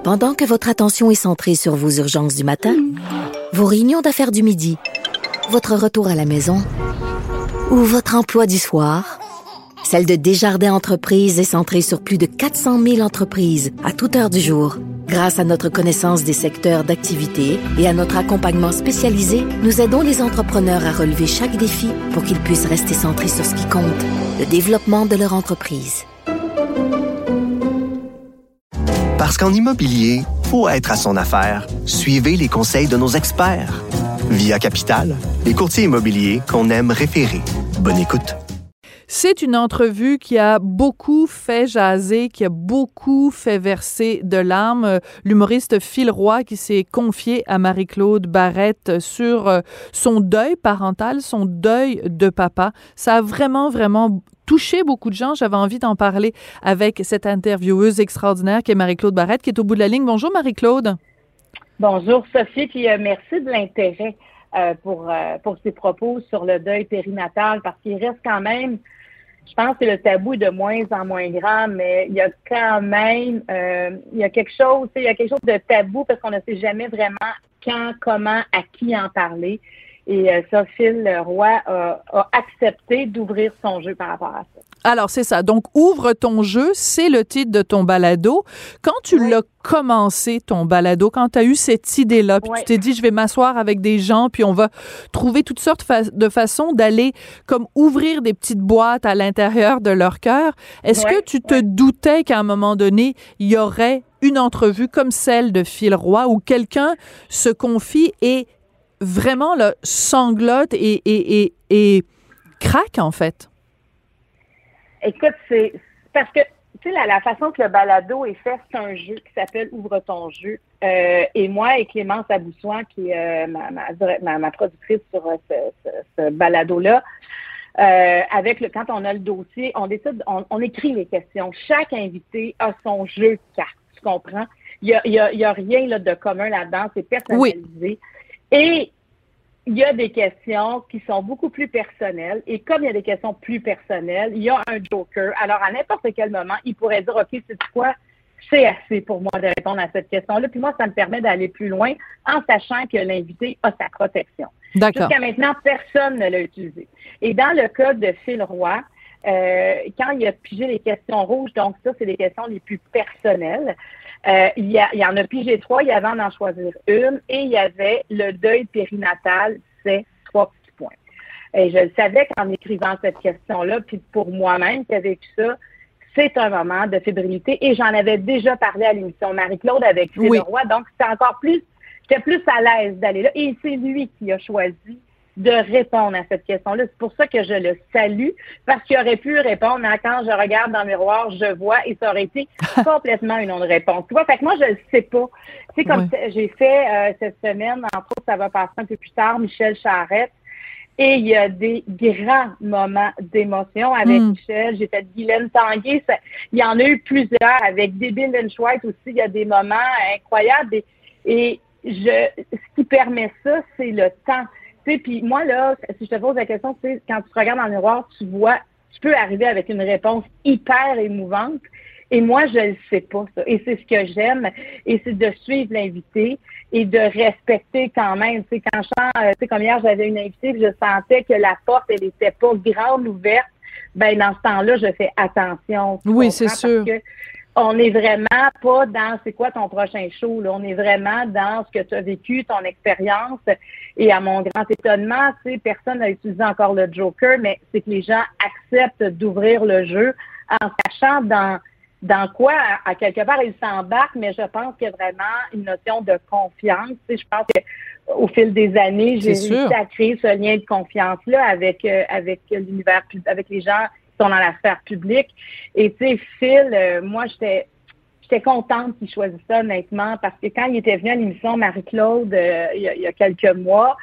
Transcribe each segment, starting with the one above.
Pendant que votre attention est centrée sur vos urgences du matin, vos réunions d'affaires du midi, votre retour à la maison ou votre emploi du soir, celle de Desjardins Entreprises est centrée sur plus de 400 000 entreprises à toute heure du jour. Grâce à notre connaissance des secteurs d'activité et à notre accompagnement spécialisé, nous aidons les entrepreneurs à relever chaque défi pour qu'ils puissent rester centrés sur ce qui compte, le développement de leur entreprise. Parce qu'en immobilier, faut être à son affaire. Suivez les conseils de nos experts. Via Capital, les courtiers immobiliers qu'on aime référer. Bonne écoute. C'est une entrevue qui a beaucoup fait jaser, qui a beaucoup fait verser de larmes. L'humoriste Phil Roy qui s'est confié à Marie-Claude Barrette sur son deuil parental, son deuil de papa. Ça a vraiment, vraiment touché beaucoup de gens. J'avais envie d'en parler avec cette intervieweuse extraordinaire qui est Marie-Claude Barrette, qui est au bout de la ligne. Bonjour Marie-Claude. Bonjour Sophie, puis merci de l'intérêt pour ces propos sur le deuil périnatal, parce qu'il reste quand même, je pense que le tabou est de moins en moins grand, mais il y a quand même, il y a quelque chose de tabou parce qu'on ne sait jamais vraiment quand, comment, à qui en parler. Et Phil Roy a accepté d'ouvrir son jeu par rapport à ça. Alors, c'est ça. Donc, Ouvre ton jeu, c'est le titre de ton balado. Quand tu l'as commencé, ton balado, quand tu as eu cette idée-là, puis tu t'es dit, je vais m'asseoir avec des gens, puis on va trouver toutes sortes de façons d'aller comme ouvrir des petites boîtes à l'intérieur de leur cœur, est-ce que tu te doutais qu'à un moment donné, il y aurait une entrevue comme celle de Phil Roy où quelqu'un se confie et vraiment là, sanglote et craque, en fait? Écoute, c'est parce que, tu sais, la façon que le balado est fait, c'est un jeu qui s'appelle Ouvre ton jeu. Et moi et Clémence Aboussoin, qui est ma productrice sur ce balado-là, quand on a le dossier, on décide, on écrit les questions. Chaque invité a son jeu de cartes, tu comprends? Il y a rien là, de commun là-dedans, c'est personnalisé. Oui. Et il y a des questions qui sont beaucoup plus personnelles. Et comme il y a des questions plus personnelles, il y a un joker. Alors, à n'importe quel moment, il pourrait dire, OK, c'est quoi? C'est assez pour moi de répondre à cette question-là. Puis moi, ça me permet d'aller plus loin en sachant que l'invité a sa protection. D'accord. Jusqu'à maintenant, personne ne l'a utilisé. Et dans le cas de Phil Roy, quand il a pigé les questions rouges, donc ça, c'est les questions les plus personnelles, il y en a pigé 3, il y avait en choisir une, et il y avait le deuil périnatal, c'est 3 petits points. Et je le savais qu'en écrivant cette question-là, puis pour moi-même qui avait vécu ça, c'est un moment de fébrilité, et j'en avais déjà parlé à l'émission Marie-Claude avec Phil Roy, donc j'étais plus à l'aise d'aller là, et c'est lui qui a choisi de répondre à cette question-là. C'est pour ça que je le salue, parce qu'il aurait pu répondre, mais quand je regarde dans le miroir, je vois, et ça aurait été complètement une autre réponse. Tu vois, fait que moi, je le sais pas. Tu sais, comme j'ai fait cette semaine, entre autres, ça va passer un peu plus tard, Michel Charette, et il y a des grands moments d'émotion avec Michel. J'ai fait Guylaine Tanguay, il y en a eu plusieurs, avec Debbie Lynch-White aussi, il y a des moments incroyables, et ce qui permet ça, c'est le temps. Puis moi, là, si je te pose la question, tu sais, quand tu te regardes dans le miroir, tu peux arriver avec une réponse hyper émouvante. Et moi, je le sais pas, ça. Et c'est ce que j'aime. Et c'est de suivre l'invité et de respecter quand même. Tu sais, quand je sens, tu sais, comme hier, j'avais une invitée, puis je sentais que la porte, elle était pas grande ouverte. Ben, dans ce temps-là, je fais attention. Oui, c'est sûr. Parce que on n'est vraiment pas dans c'est quoi ton prochain show, là. On est vraiment dans ce que tu as vécu, ton expérience. Et à mon grand étonnement, tu sais, personne n'a utilisé encore le Joker, mais c'est que les gens acceptent d'ouvrir le jeu en sachant dans quoi, à quelque part, ils s'embarquent, mais je pense qu'il y a vraiment une notion de confiance. Tu sais, je pense qu'au fil des années, j'ai réussi à créer ce lien de confiance-là avec l'univers, avec les gens sont dans la sphère publique. Et tu sais, Phil, moi, j'étais contente qu'il choisisse ça, honnêtement, parce que quand il était venu à l'émission Marie-Claude, il y a quelques mois,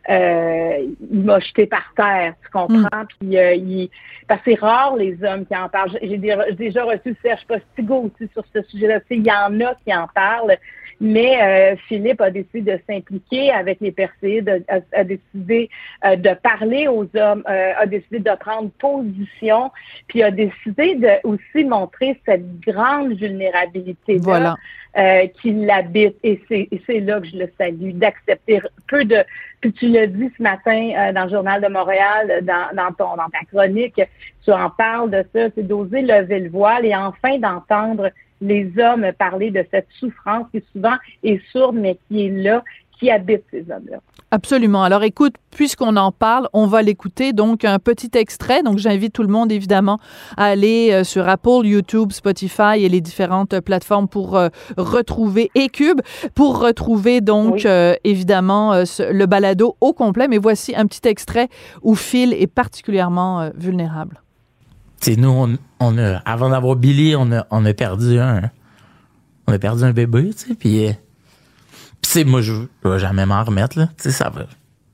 il m'a jeté par terre, tu comprends? Puis, parce que c'est rare, les hommes qui en parlent. J'ai déjà reçu Serge Postigo aussi sur ce sujet-là. Tu sais, il y en a qui en parlent. Mais Philippe a décidé de s'impliquer avec les Perséides, a décidé de parler aux hommes, a décidé de prendre position, puis a décidé de aussi montrer cette grande vulnérabilité-là qui l'habite. Et c'est là que je le salue, d'accepter peu de... Puis tu l'as dit ce matin dans le Journal de Montréal, dans ta chronique, tu en parles de ça, c'est d'oser lever le voile et enfin d'entendre les hommes parler de cette souffrance qui souvent est sourde, mais qui est là, qui habite ces hommes-là. Absolument. Alors écoute, puisqu'on en parle, on va l'écouter. Donc un petit extrait. Donc j'invite tout le monde évidemment à aller sur Apple, YouTube, Spotify et les différentes plateformes pour retrouver et Cube pour retrouver donc évidemment le balado au complet. Mais voici un petit extrait où Phil est particulièrement vulnérable. Tu sais, nous, on a, avant d'avoir Billy, on a perdu un bébé, tu sais, puis c'est moi, je vais jamais m'en remettre, là. Tu sais, ça va.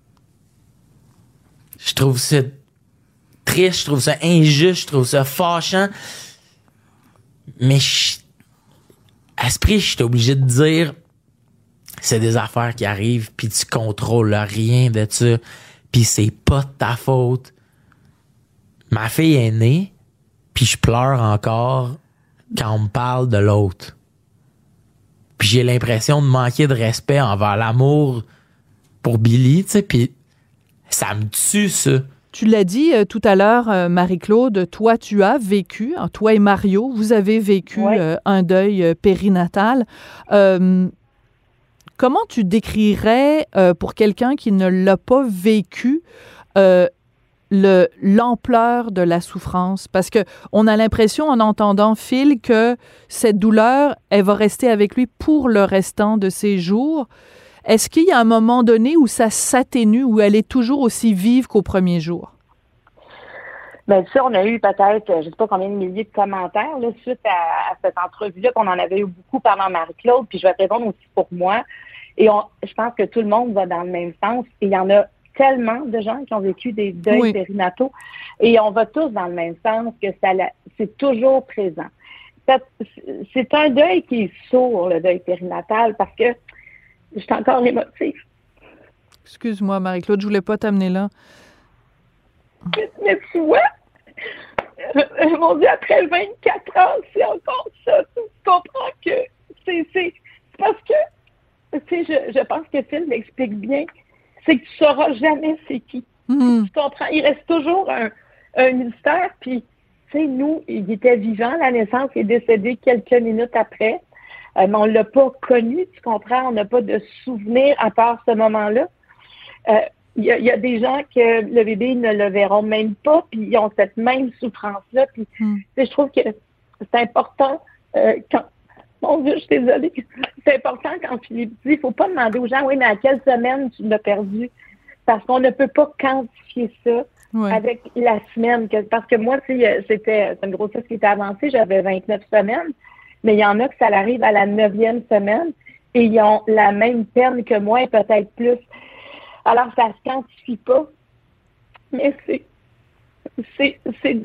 Je trouve ça triste, je trouve ça injuste, je trouve ça fâchant. Mais à ce prix, je suis obligé de dire, c'est des affaires qui arrivent, puis tu contrôles rien de ça, puis c'est pas de ta faute. Ma fille est née, puis je pleure encore quand on me parle de l'autre. Puis j'ai l'impression de manquer de respect envers l'amour pour Billy, tu sais, puis ça me tue, ça. Tu l'as dit tout à l'heure, Marie-Claude, toi, tu as vécu, toi et Mario, vous avez vécu un deuil périnatal. Comment tu décrirais, pour quelqu'un qui ne l'a pas vécu, l'ampleur de la souffrance, parce que on a l'impression en entendant Phil que cette douleur, elle va rester avec lui pour le restant de ses jours. Est-ce qu'il y a un moment donné où ça s'atténue, où elle est toujours aussi vive qu'au premier jour? Bien, ça, on a eu peut-être, je ne sais pas combien de milliers de commentaires là, suite à cette entrevue-là, qu'on en avait eu beaucoup pendant Marie-Claude, puis je vais répondre aussi pour moi. Et je pense que tout le monde va dans le même sens. Et il y en a tellement de gens qui ont vécu des deuils périnataux et on va tous dans le même sens que c'est toujours présent. C'est un deuil qui est sourd, le deuil périnatal, parce que je suis encore émotive. Excuse-moi, Marie-Claude, je voulais pas t'amener là. Mais tu vois, mon Dieu, après 24 ans, c'est encore ça. Tu comprends que c'est parce que, tu sais, je pense que Phil m'explique bien, c'est que tu sauras jamais c'est qui. Tu comprends? Il reste toujours un mystère. Puis, tu sais, nous, il était vivant à la naissance, il est décédé quelques minutes après. Mais on l'a pas connu, tu comprends? On n'a pas de souvenir à part ce moment-là. Il y a des gens que le bébé ne le verront même pas, puis ils ont cette même souffrance-là. Puis, je trouve que c'est important quand... Mon Dieu, je suis désolée. C'est important quand Philippe dit, il faut pas demander aux gens, oui, mais à quelle semaine tu l'as perdu? Parce qu'on ne peut pas quantifier ça avec la semaine. Parce que moi, tu sais, c'était une grossesse qui était avancée, j'avais 29 semaines, mais il y en a que ça arrive à la 9e semaine et ils ont la même peine que moi et peut-être plus. Alors, ça se quantifie pas, mais c'est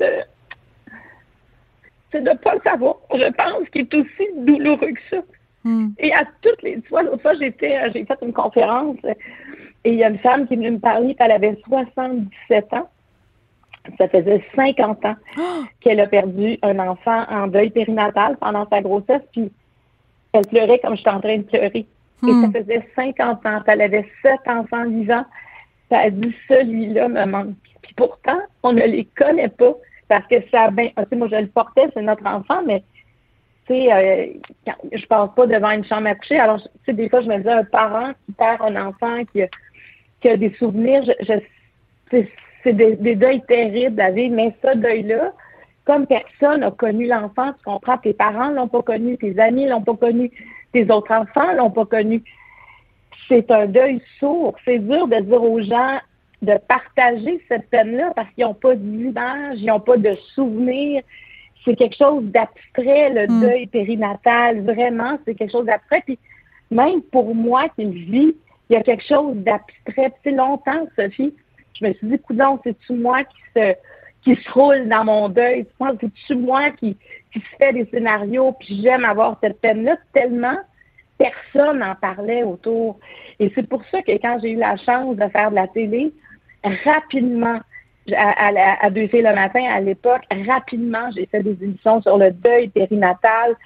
de ne pas le savoir. Je pense qu'il est aussi douloureux que ça. Et à toutes les fois, l'autre fois, j'ai fait une conférence et il y a une femme qui est venue me parler, puis elle avait 77 ans. Ça faisait 50 ans qu'elle a perdu un enfant en deuil périnatal pendant sa grossesse, puis elle pleurait comme j'étais en train de pleurer. Et ça faisait 50 ans. Elle avait 7 enfants vivants. Elle a dit, celui-là me manque. Puis pourtant, on ne les connaît pas. Parce que ça, moi, je le portais, c'est notre enfant, mais, tu sais, je passe pas devant une chambre à coucher. Alors, tu sais, des fois, je me dis, un parent qui perd un enfant, qui a des souvenirs, c'est des deuils terribles à vivre, mais ce deuil-là, comme personne n'a connu l'enfant, tu comprends, tes parents l'ont pas connu, tes amis l'ont pas connu, tes autres enfants l'ont pas connu. C'est un deuil sourd. C'est dur de dire aux gens de partager cette peine-là parce qu'ils n'ont pas d'image, ils n'ont pas de souvenirs. C'est quelque chose d'abstrait, le deuil périnatal. Vraiment, c'est quelque chose d'abstrait. Puis même pour moi qui le vis, il y a quelque chose d'abstrait. Puis c'est longtemps, Sophie, je me suis dit, coudonc, c'est-tu moi qui se roule dans mon deuil? C'est-tu moi qui se fait des scénarios? Puis j'aime avoir cette peine-là tellement personne n'en parlait autour. Et c'est pour ça que quand j'ai eu la chance de faire de la télé, rapidement, à 2 filles le matin, à l'époque, rapidement, j'ai fait des émissions sur le deuil périnatal.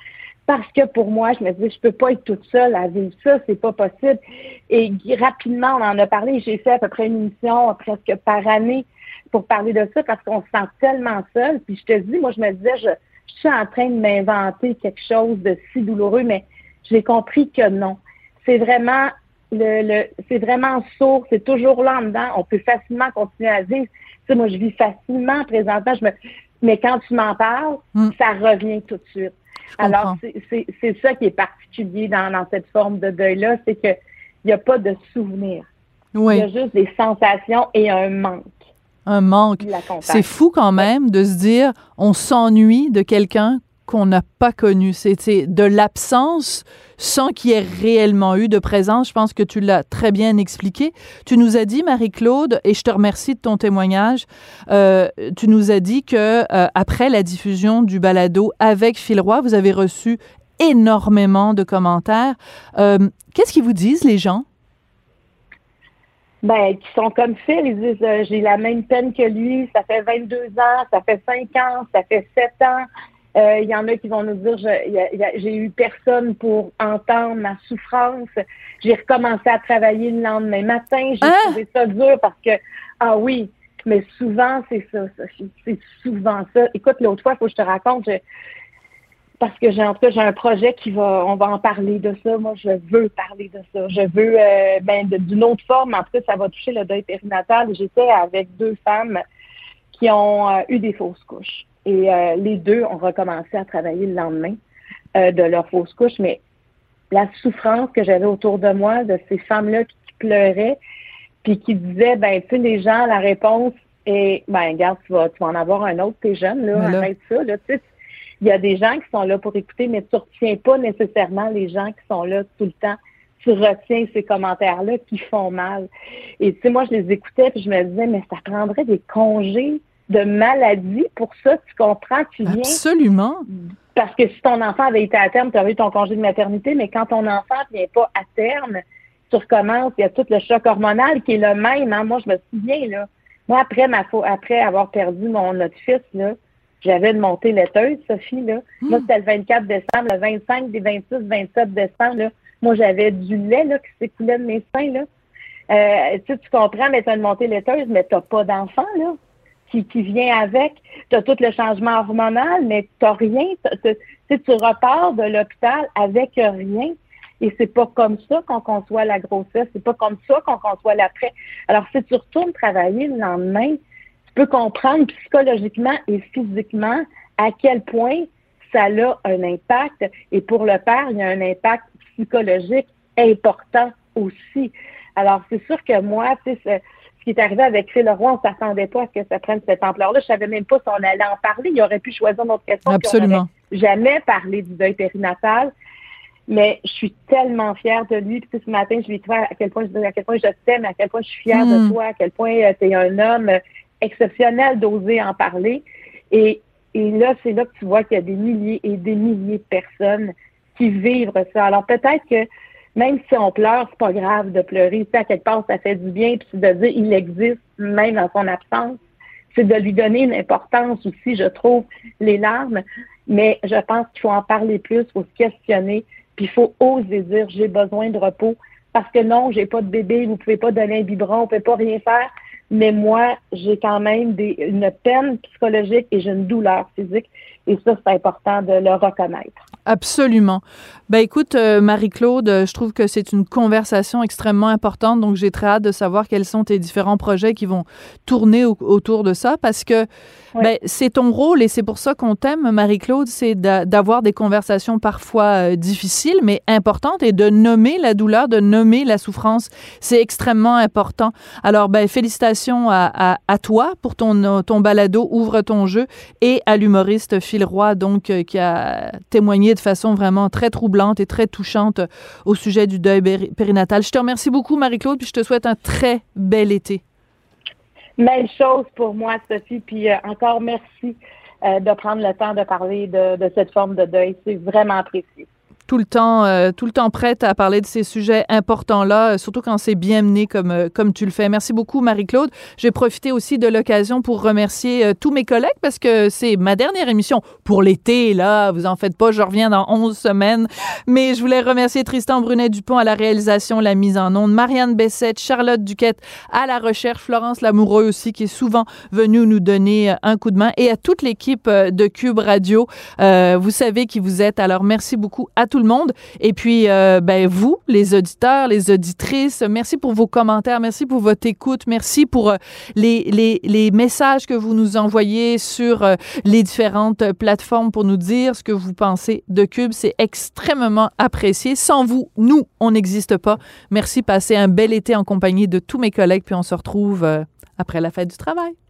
Parce que pour moi, je me disais, je peux pas être toute seule à vivre ça, c'est pas possible. Et rapidement, on en a parlé. J'ai fait à peu près une émission presque par année pour parler de ça parce qu'on se sent tellement seul. Puis je te dis, moi, je me disais, je suis en train de m'inventer quelque chose de si douloureux, mais j'ai compris que non. C'est vraiment c'est vraiment sourd, c'est toujours là en dedans. On peut facilement continuer à vivre. Tu sais, moi, je vis facilement présentement. Mais quand tu m'en parles, ça revient tout de suite. Alors, c'est ça qui est particulier dans cette forme de deuil-là, c'est qu'il n'y a pas de souvenir. Oui. Il y a juste des sensations et un manque. Un manque. C'est fou quand même de se dire, on s'ennuie de quelqu'un qu'on n'a pas connu. C'est de l'absence sans qu'il y ait réellement eu de présence. Je pense que tu l'as très bien expliqué. Tu nous as dit, Marie-Claude, et je te remercie de ton témoignage, tu nous as dit que après la diffusion du balado avec Phil Roy, vous avez reçu énormément de commentaires. Qu'est-ce qu'ils vous disent, les gens? Ben, qui sont comme Phil, ils disent j'ai la même peine que lui, ça fait 22 ans, ça fait 5 ans, ça fait 7 ans. Il y en a qui vont nous dire j'ai eu personne pour entendre ma souffrance. J'ai recommencé à travailler le lendemain matin. J'ai trouvé ça dur parce que oui, mais souvent c'est ça, Sophie. C'est souvent ça. Écoute, l'autre fois, il faut que je te raconte, parce que j'ai un projet on va en parler de ça. Moi, je veux parler de ça. Je veux d'une autre forme. En tout cas, ça va toucher le deuil périnatal. J'étais avec 2 femmes qui ont eu des fausses couches. Et les 2 ont recommencé à travailler le lendemain de leur fausse couche. Mais la souffrance que j'avais autour de moi, de ces femmes-là qui pleuraient, puis qui disaient, tu sais, les gens, la réponse est, regarde, tu vas en avoir un autre, t'es jeune, là, arrête ça, là, tu sais. Il y a des gens qui sont là pour écouter, mais tu ne retiens pas nécessairement les gens qui sont là tout le temps. Tu retiens ces commentaires-là qui font mal. Et tu sais, moi, je les écoutais puis je me disais, mais ça prendrait des congés de maladie pour ça, tu comprends, tu viens. Absolument. Parce que si ton enfant avait été à terme, tu aurais eu ton congé de maternité, mais quand ton enfant ne vient pas à terme, tu recommences, il y a tout le choc hormonal qui est le même. Hein? Moi, je me souviens, là, moi, après avoir perdu notre fils, là, j'avais une montée laiteuse, Sophie, là. Moi, c'était le 24 décembre, le 25, des 26, 27 décembre, là. Moi, j'avais du lait, là, qui s'écoulait de mes seins, là. Tu comprends, mais tu as une montée laiteuse, mais tu n'as pas d'enfant, là, qui vient avec. Tu as tout le changement hormonal, mais tu n'as rien. Tu repars de l'hôpital avec rien. Et c'est pas comme ça qu'on conçoit la grossesse. C'est pas comme ça qu'on conçoit l'après. Alors, si tu retournes travailler le lendemain, tu peux comprendre psychologiquement et physiquement à quel point ça a un impact. Et pour le père, il y a un impact psychologique important aussi. Alors, c'est sûr que moi, tu sais, ce qui est arrivé avec Phil Roy, on ne s'attendait pas à ce que ça prenne cette ampleur-là. Je ne savais même pas si on allait en parler. Il aurait pu choisir notre question. Absolument. On n'aurait jamais parlé du deuil périnatal. Mais je suis tellement fière de lui. Puis ce matin, je lui dis à quel point je t'aime, à quel point je suis fière de toi, à quel point tu es un homme exceptionnel d'oser en parler. Et là, c'est là que tu vois qu'il y a des milliers et des milliers de personnes qui vivent ça. Alors peut-être que même si on pleure, c'est pas grave de pleurer. Tu sais, à quelque part, ça fait du bien. Puis c'est de dire il existe même dans son absence. C'est de lui donner une importance aussi, je trouve, les larmes. Mais je pense qu'il faut en parler plus, il faut se questionner. Puis il faut oser dire j'ai besoin de repos. Parce que non, j'ai pas de bébé, vous pouvez pas donner un biberon, vous pouvez pas rien faire. Mais moi, j'ai quand même une peine psychologique et j'ai une douleur physique. Et ça, c'est important de le reconnaître. Absolument. Ben écoute, Marie-Claude, je trouve que c'est une conversation extrêmement importante, donc j'ai très hâte de savoir quels sont tes différents projets qui vont tourner autour de ça, parce que c'est ton rôle et c'est pour ça qu'on t'aime, Marie-Claude, c'est d'avoir des conversations parfois difficiles, mais importantes, et de nommer la douleur, de nommer la souffrance. C'est extrêmement important. Alors, félicitations à toi pour ton balado Ouvre ton jeu, et à l'humoriste Phil Roy, donc, qui a témoigné de façon vraiment très troublante et très touchante au sujet du deuil périnatal. Je te remercie beaucoup, Marie-Claude, puis je te souhaite un très bel été. Même chose pour moi, Sophie, puis encore merci de prendre le temps de parler de cette forme de deuil. C'est vraiment apprécié. tout le temps prête à parler de ces sujets importants-là, surtout quand c'est bien mené comme tu le fais. Merci beaucoup, Marie-Claude. J'ai profité aussi de l'occasion pour remercier tous mes collègues parce que c'est ma dernière émission pour l'été, là. Vous en faites pas, je reviens dans 11 semaines. Mais je voulais remercier Tristan Brunet-Dupont à la réalisation, la mise en onde, Marianne Bessette, Charlotte Duquette à la recherche, Florence Lamoureux aussi, qui est souvent venue nous donner un coup de main, et à toute l'équipe de Cube Radio. Vous savez qui vous êtes, alors merci beaucoup à tout le monde. Et puis, vous, les auditeurs, les auditrices, merci pour vos commentaires, merci pour votre écoute, merci pour les messages que vous nous envoyez sur les différentes plateformes pour nous dire ce que vous pensez de Cube. C'est extrêmement apprécié. Sans vous, nous, on n'existe pas. Merci, passez un bel été en compagnie de tous mes collègues, puis on se retrouve après la fête du travail.